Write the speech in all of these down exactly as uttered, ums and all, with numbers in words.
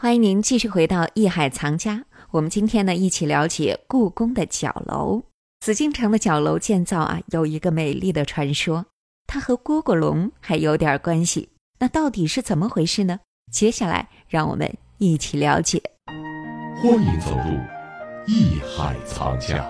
欢迎您继续回到艺海藏家，我们今天呢一起了解故宫的角楼。紫禁城的角楼建造啊，有一个美丽的传说，它和蝈蝈笼还有点关系。那到底是怎么回事呢？接下来让我们一起了解。 欢迎走入艺海藏家。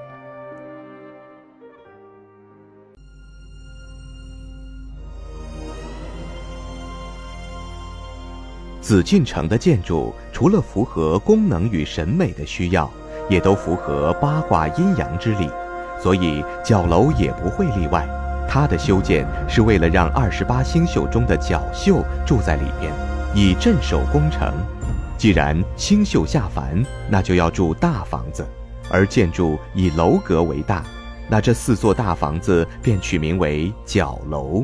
紫禁城的建筑除了符合功能与审美的需要，也都符合八卦阴阳之理，所以角楼也不会例外。它的修建是为了让二十八星宿中的角宿住在里边，以镇守宫城。既然星宿下凡，那就要住大房子，而建筑以楼阁为大，那这四座大房子便取名为角楼。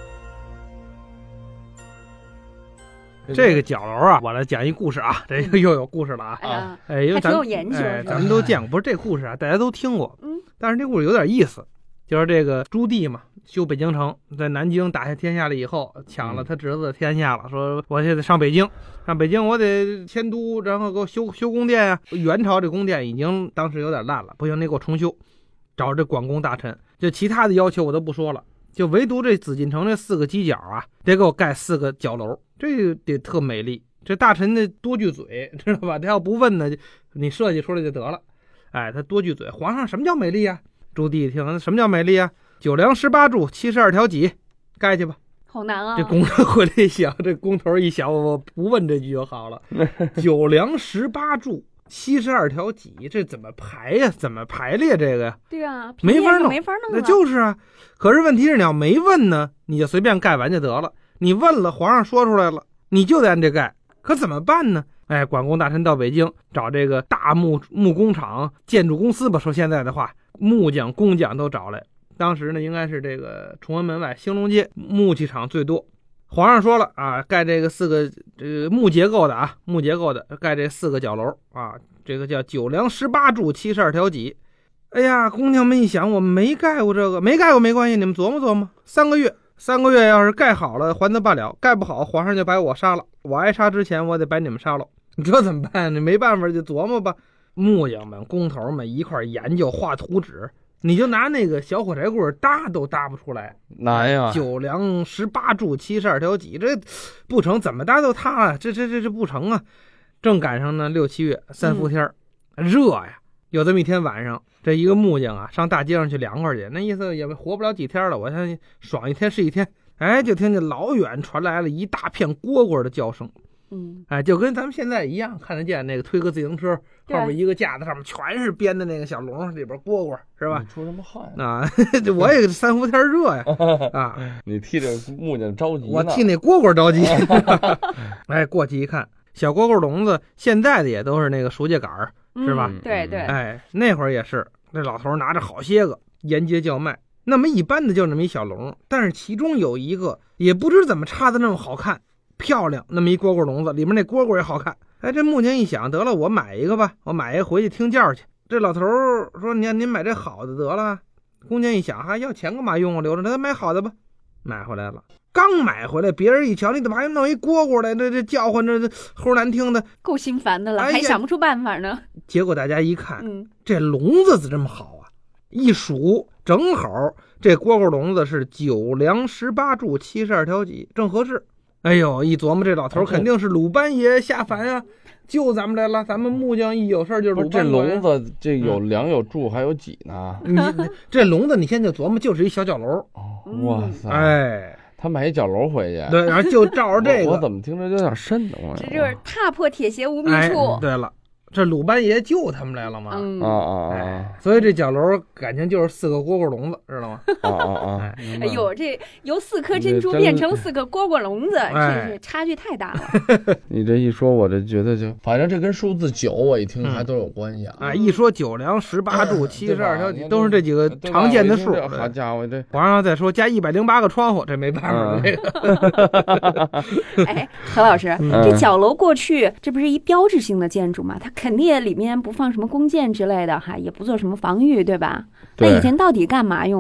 这个角楼啊，我来讲一故事啊，这个又有故事了啊！ 哎呀， 哎，因为咱还挺有研究哎， 是吧咱们都见过，不是这故事啊，大家都听过。 嗯， 但是这故事有点意思，就是这个朱棣嘛，修北京城，在南京打下天下了以后，抢了他侄子的天下了，说我现在上北京，上北京我得迁都，然后给我修修宫殿啊。元朝这宫殿已经当时有点烂了，不行，你给我重修，找这管工大臣，就其他的要求我都不说了。就唯独这紫禁城这四个犄角啊，得给我盖四个角楼，这个得特美丽。这大臣的多句嘴，知道吧？他要不问呢，你设计出来就得了。哎，他多句嘴。皇上，什么叫美丽啊？朱棣一听，什么叫美丽啊？九梁十八柱，七十二条脊，盖去吧。 好难啊！ 这工头回来一想，这工头一想，我不问这句就好了。九梁十八柱。七十二条脊，这怎么排呀？怎么排列这个呀？ 对啊， 没法弄， 没法弄。 那就是啊。可是问题是，你要没问呢，你就随便盖完就得了。你问了，皇上说出来了，你就得按这盖。可怎么办呢？哎，管工大臣到北京找这个大木木工厂、建筑公司吧，说现在的话，木匠、工匠都找来。当时呢，应该是这个崇文门外兴隆街木器厂最多。皇上说了啊，盖这个四个这个木结构的啊，木结构的盖这四个角楼啊，这个叫九梁十八柱七十二条脊。哎呀，工匠们一想，我们没盖过这个，没盖过没关系，你们琢磨琢磨，三个月，三个月要是盖好了还得罢了，盖不好皇上就把我杀了，我挨杀之前我得把你们杀了，你这怎么办？你没办法就琢磨吧。木匠们、工头们一块研究画图纸。你就拿那个小火柴棍搭都搭不出来， 难呀！ 九梁十八柱七十二条脊，这不成，怎么搭都塌了，这这这这不成啊！正赶上呢六七月三伏天，嗯、热呀。有这么一天晚上，这一个木匠啊上大街上去凉快去，那意思也活不了几天了，我相信爽一天是一天。哎，就听见老远传来了一大片蝈蝈的叫声。 嗯， 哎，就跟咱们现在一样，看得见那个推个自行车，后边一个架子上面全是编的那个小笼，里边蝈蝈是吧？ 你出什么汗啊？我也三伏天热呀！啊， 你替这木匠着急， 我替那蝈蝈着急。哎，过去一看，小蝈蝈笼子现在的也都是那个熟秸秆是吧？ 嗯、对对。 哎，那会儿也是，那老头拿着好些个沿街叫卖。那么一般的就那么一小笼，但是其中有一个也不知怎么插的那么好看。漂亮，那么一蝈蝈笼子，里面那蝈蝈也好看。哎，这木匠一想，得了，我买一个吧，我买一个回去听教去。这老头说：“您您买这好的得了。”工匠一想，还要钱干嘛用啊？留着，那买好的吧。买回来了，刚买回来，别人一瞧，你怎么还弄一蝈蝈来？这这叫唤着，齁难听的， 够心烦的了， 哎、 还想不出办法呢。 结果大家一看， 嗯， 这笼子怎么好啊？一数，正好这蝈蝈笼子是九梁十八柱七十二条脊，正合适。哎呦，一琢磨这老头肯定是鲁班爷下凡啊，救咱们来了。咱们木匠一有事就鲁班。 这笼子这有梁有柱还有脊呢。 你这笼子你现在琢磨就是一小角楼。 哦，哇塞！ 哎， 他买一角楼回去。 对，然后就照着这个。 我, 我怎么听着有点瘆得慌？ 这就是踏破铁鞋无觅处。 哎、对了。这鲁班爷救他们来了吗？ 嗯啊啊啊！所以这角楼感情就是四个蝈蝈笼子，知道吗？ 啊啊啊！ 哎呦，这由四颗珍珠变成四个蝈蝈笼子， 哎、 这是差距太大了。 你这一说，我这觉得就，反正这跟数字九我一听还都有关系啊！ 啊、嗯，一说九梁十八柱七十二条脊，都是这几个常见的数。 好家伙，这皇上再说加一百零八个窗户，这没办法。这个。哎，何老师， 嗯、 这角楼过去这不是一标志性的建筑吗？它肯定里面不放什么弓箭之类的哈，也不做什么防御，对吧？ 对， 那以前到底干嘛用的？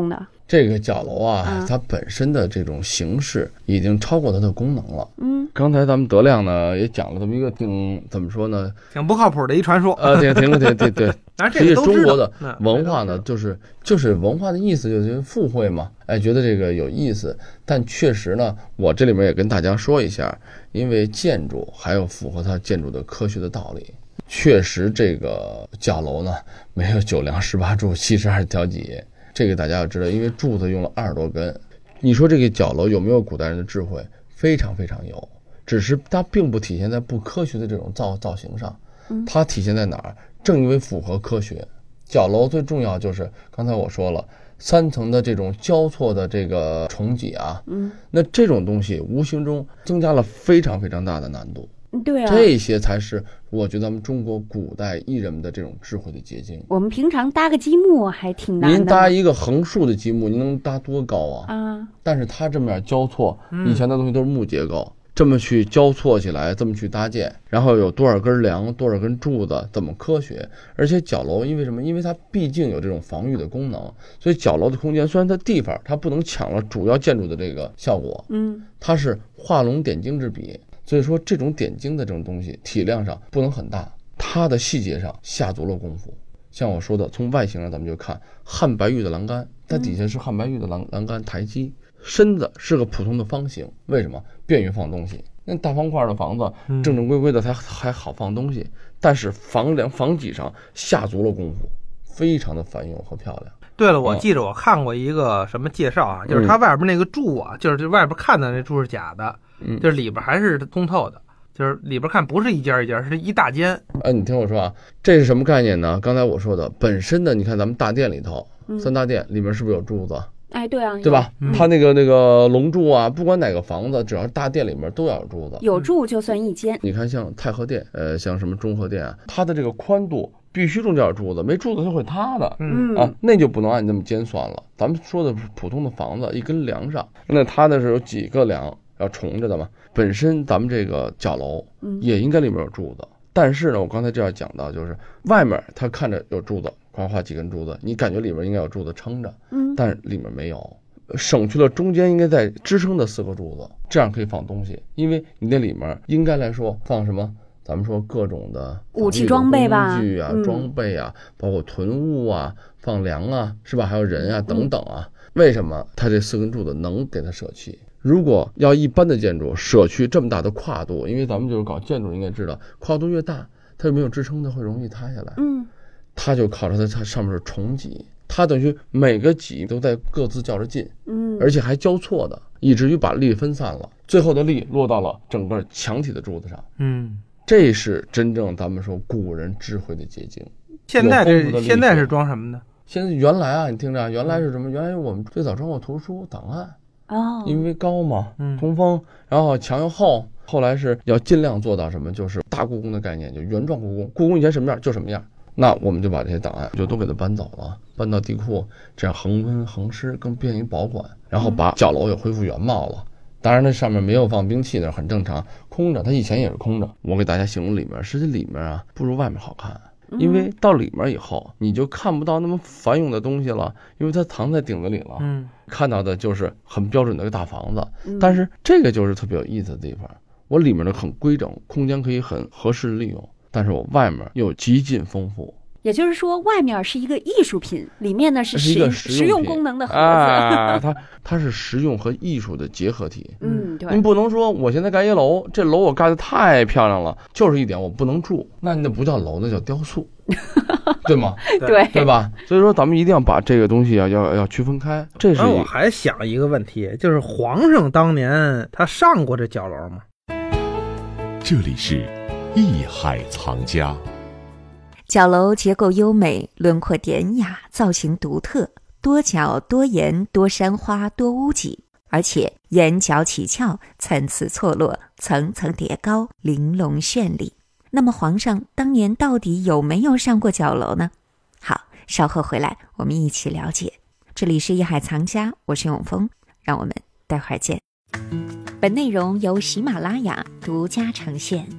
这个角楼啊， 啊它本身的这种形式已经超过它的功能了。 嗯， 刚才咱们德亮呢也讲了这么一个挺怎么说呢， 挺不靠谱的一传说。 呃，挺挺挺挺对。 但是其实这个都知道中国的嗯文化呢，就是就是文化的意思就是附会嘛，哎，觉得这个有意思。但确实呢，我这里面也跟大家说一下，因为建筑还有符合它建筑的科学的道理。确实，这个角楼呢没有九梁十八柱七十二条脊，这个大家要知道，因为柱子用了二十多根。你说这个角楼有没有古代人的智慧？非常非常有，只是它并不体现在不科学的这种造造型上，它体现在哪儿？正因为符合科学，角楼最重要就是刚才我说了，三层的这种交错的这个重脊啊，嗯，那这种东西无形中增加了非常非常大的难度。 对啊， 这些才是我觉得咱们中国古代艺人们的这种智慧的结晶。 我们平常搭个积木还挺难的。 您搭一个横竖的积木，您能搭多高啊？ 啊， 但是它这么样交错，以前的东西都是木结构，这么去交错起来，这么去搭建，然后有多少根梁，多少根柱子，怎么科学？而且角楼因为什么？因为它毕竟有这种防御的功能，所以角楼的空间虽然它地方它不能抢了主要建筑的这个效果，嗯，它是画龙点睛之笔。所以说这种点睛的这种东西体量上不能很大，它的细节上下足了功夫。像我说的，从外形上咱们就看汉白玉的栏杆，它底下是汉白玉的栏栏杆台基，身子是个普通的方形，为什么？便于放东西。那大方块的房子正正规规的才还好放东西，但是房梁房脊上下足了功夫，非常的繁荣和漂亮。 对了，我记着我看过一个什么介绍啊，就是它外边那个柱啊，就是外边看的那柱是假的，嗯，就是里边还是通透的，就是里边看不是一间一间，是一大间。 哎，你听我说啊，这是什么概念呢？刚才我说的，本身的你看咱们大殿里头，三大殿里面是不是有柱子？ 哎，对啊， 对吧？它那个那个龙柱啊，不管哪个房子，只要是大殿里面都要有柱子， 有柱就算一间。 你看像太和殿，呃，像什么中和殿啊，它的这个宽度必须中间有柱子，没柱子它会塌的，嗯啊，那就不能按你那么尖算了。咱们说的普通的房子，一根梁上，那它的是有几个梁要重着的嘛？本身咱们这个角楼也应该里面有柱子，但是呢，我刚才这样讲到，就是外面它看着有柱子，夸夸几根柱子，你感觉里面应该有柱子撑着，嗯，但是里面没有，省去了中间应该在支撑的四个柱子，这样可以放东西，因为你那里面应该来说放什么？咱们说各种的武器装备吧， 工具啊、嗯、装备啊，包括囤物啊、放粮啊，是吧？还有人啊等等啊。为什么它这四根柱子能给它舍弃？如果要一般的建筑舍去这么大的跨度，因为咱们就是搞建筑应该知道，跨度越大，它就没有支撑的会容易塌下来。嗯，它就考察它它上面是重脊，它等于每个脊都在各自较着劲，嗯，而且还交错的，以至于把力分散了，最后的力落到了整个墙体的柱子上。嗯，这是真正咱们说古人智慧的结晶。 现在这现在是装什么呢？ 现在原来啊，你听着，原来是什么？原来我们最早装过图书档案。哦，因为高嘛，通风，然后墙又厚，后来是要尽量做到什么？就是大故宫的概念，就原状故宫，故宫以前什么样就什么样。那我们就把这些档案就都给它搬走了，搬到地库，这样恒温恒湿，更便于保管。然后把角楼也恢复原貌了。当然，那上面没有放兵器的，很正常，空着。它以前也是空着。我给大家形容里面，实际里面啊不如外面好看。因为到里面以后，你就看不到那么繁冗的东西了，因为它藏在顶子里了。嗯，看到的就是很标准的一个大房子。但是这个就是特别有意思的地方，我里面的很规整，空间可以很合适利用，但是我外面又极尽丰富。 也就是说，外面是一个艺术品，里面呢是实实用功能的盒子。 啊，它它是实用和艺术的结合体。 嗯，对。 您不能说我现在盖一楼，这楼我盖的太漂亮了，就是一点我不能住，那那不叫楼，那叫雕塑，对吗？ 对， 对吧？所以说咱们一定要把这个东西要要要区分开。这是。 我还想一个问题，就是皇上当年他上过这角楼吗？ 这里是艺海藏家。 角楼结构优美，轮廓典雅，造型独特，多角多檐多山花多屋脊，而且檐角起翘，参差错落，层层叠高，玲珑绚丽。那么皇上当年到底有没有上过角楼呢？好，稍后回来我们一起了解。这里是艺海藏家，我是永峰，让我们待会儿见。本内容由喜马拉雅独家呈现。